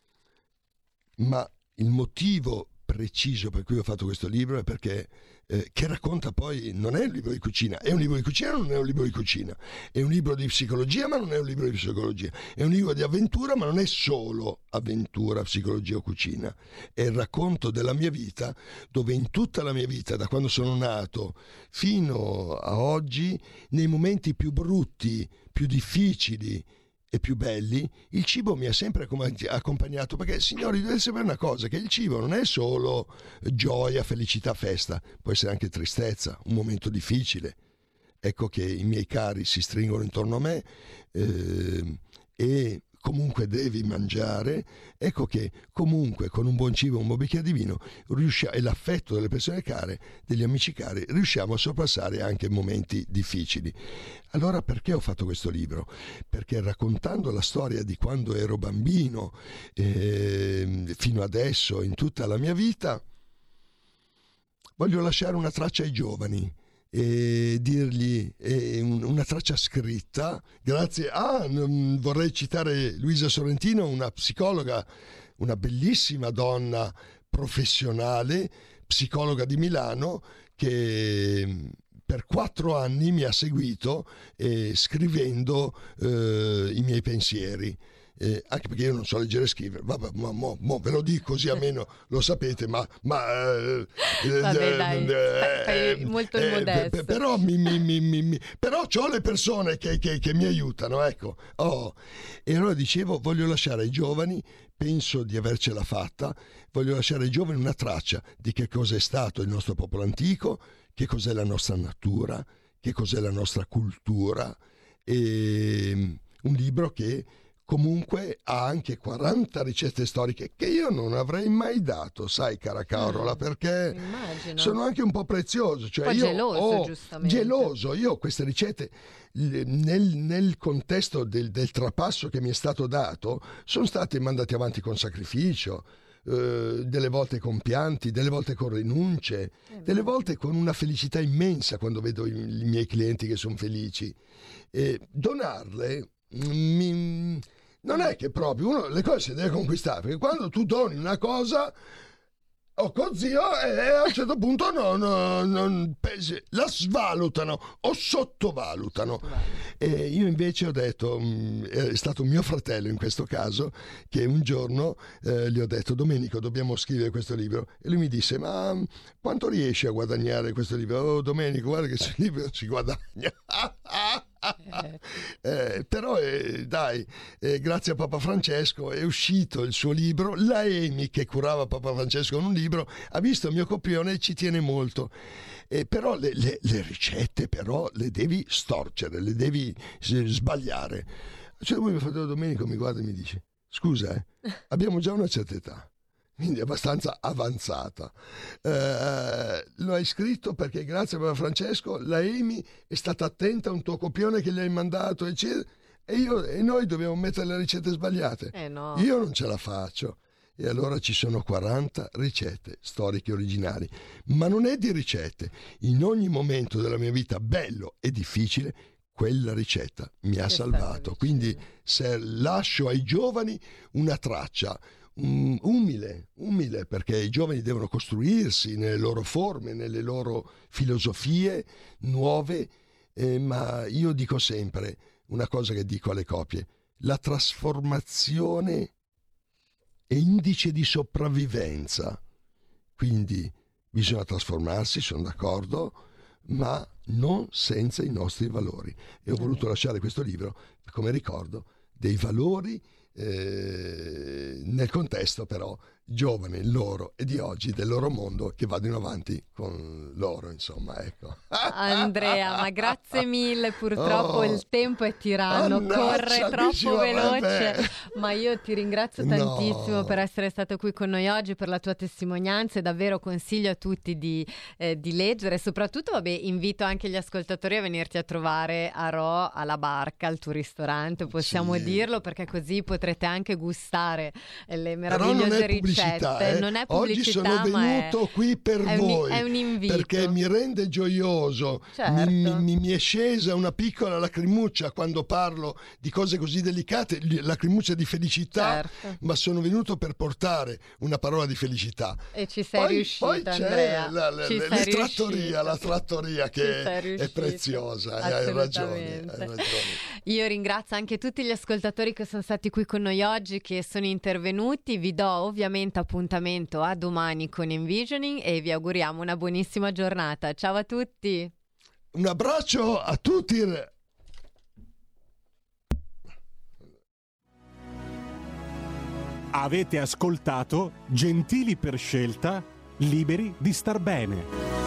ma il motivo preciso per cui ho fatto questo libro è perché eh, che racconta poi, non è un libro di cucina, è un libro di cucina, non è un libro di cucina, è un libro di psicologia, ma non è un libro di psicologia, è un libro di avventura, ma non è solo avventura, psicologia o cucina, è il racconto della mia vita, dove in tutta la mia vita, da quando sono nato fino a oggi, nei momenti più brutti, più difficili e più belli, il cibo mi ha sempre accompagnato, perché signori, dovete sapere una cosa, che il cibo non è solo gioia, felicità, festa, può essere anche tristezza, un momento difficile. Ecco che i miei cari si stringono intorno a me eh, e comunque devi mangiare, ecco che comunque con un buon cibo, un buon bicchiere di vino riusciamo, e l'affetto delle persone care, degli amici cari, riusciamo a sorpassare anche momenti difficili. Allora perché ho fatto questo libro? Perché raccontando la storia di quando ero bambino eh, fino adesso, in tutta la mia vita, voglio lasciare una traccia ai giovani e dirgli eh, una traccia scritta grazie a, non, vorrei citare Luisa Sorrentino, una psicologa, una bellissima donna professionale, psicologa di Milano, che per quattro anni mi ha seguito eh, scrivendo eh, i miei pensieri. Eh, anche perché io non so leggere e scrivere, vabbè, ma mo, mo ve lo dico così almeno lo sapete, ma, ma eh, vabbè, dai, eh, fai molto il eh, modesto. però mi, mi, mi, mi, mi, però c'ho le persone che, che, che mi aiutano, ecco. Oh. E allora dicevo, voglio lasciare ai giovani, penso di avercela fatta, voglio lasciare ai giovani una traccia di che cosa è stato il nostro popolo antico, che cos'è la nostra natura, che cos'è la nostra cultura, e un libro che comunque ha anche quaranta ricette storiche che io non avrei mai dato, sai, cara Carola, perché immagino. Sono anche un po' prezioso, cioè un po' io geloso, ho, giustamente. geloso, io ho queste ricette nel, nel contesto del, del trapasso che mi è stato dato, sono state mandate avanti con sacrificio, eh, delle volte con pianti, delle volte con rinunce, eh delle volte con una felicità immensa quando vedo i, i miei clienti che sono felici. E donarle mi non è che proprio uno le cose si deve conquistare, perché quando tu doni una cosa o zio e a un certo punto non, non, non la svalutano o sottovalutano. E io invece ho detto, è stato mio fratello in questo caso, che un giorno eh, gli ho detto: Domenico, dobbiamo scrivere questo libro, e lui mi disse: ma quanto riesci a guadagnare questo libro? Oh Domenico, guarda che questo libro si guadagna. eh, però eh, dai, eh, grazie a Papa Francesco è uscito il suo libro. La Amy, che curava Papa Francesco con un libro, ha visto il mio copione e ci tiene molto. Eh, però le, le, le ricette però le devi storcere, le devi sbagliare. Cioè lui, mio fratello Domenico, mi guarda e mi dice: scusa, eh, abbiamo già una certa età, quindi abbastanza avanzata. Eh, lo hai scritto perché grazie a Papa Francesco la Amy è stata attenta a un tuo copione che gli hai mandato, eccetera, e, io, e noi dobbiamo mettere le ricette sbagliate. Eh no. Io non ce la faccio. E allora ci sono quaranta ricette storiche originali, ma non è di ricette. In ogni momento della mia vita, bello e difficile, quella ricetta mi ha salvato. Quindi se lascio ai giovani una traccia um, umile, umile, perché i giovani devono costruirsi nelle loro forme, nelle loro filosofie nuove, eh, ma io dico sempre una cosa che dico alle coppie: la trasformazione è indice di sopravvivenza, quindi bisogna trasformarsi, sono d'accordo, ma non senza i nostri valori. E ho voluto lasciare questo libro come ricordo dei valori eh, nel contesto però giovane loro e di oggi, del loro mondo, che vadano avanti con loro, insomma, ecco. Andrea, ma grazie mille, purtroppo oh, il tempo è tiranno, annaccia, corre troppo diciamo, veloce, vabbè. Ma io ti ringrazio tantissimo no. per essere stato qui con noi oggi, per la tua testimonianza, e davvero consiglio a tutti di, eh, di leggere, soprattutto vabbè, invito anche gli ascoltatori a venirti a trovare a Rho, alla Barca, al tuo ristorante, possiamo sì. dirlo, perché così potrete anche gustare le Però meravigliose non è ricette. Eh? Non è pubblicità, oggi sono venuto è, qui per è voi un, è un invito, perché mi rende gioioso. Certo. mi, mi, mi è scesa una piccola lacrimuccia quando parlo di cose così delicate, lacrimuccia di felicità, certo. Ma sono venuto per portare una parola di felicità. E ci sei poi, riuscito, poi c'è Andrea. la, la, ci la, sei la trattoria riuscito. la trattoria che è preziosa. Hai ragione, hai ragione. Io ringrazio anche tutti gli ascoltatori che sono stati qui con noi oggi, che sono intervenuti. Vi do ovviamente appuntamento a domani con Envisioning e vi auguriamo una buonissima giornata. Ciao a tutti. Un abbraccio a tutti. Avete ascoltato Gentili per scelta, liberi di star bene.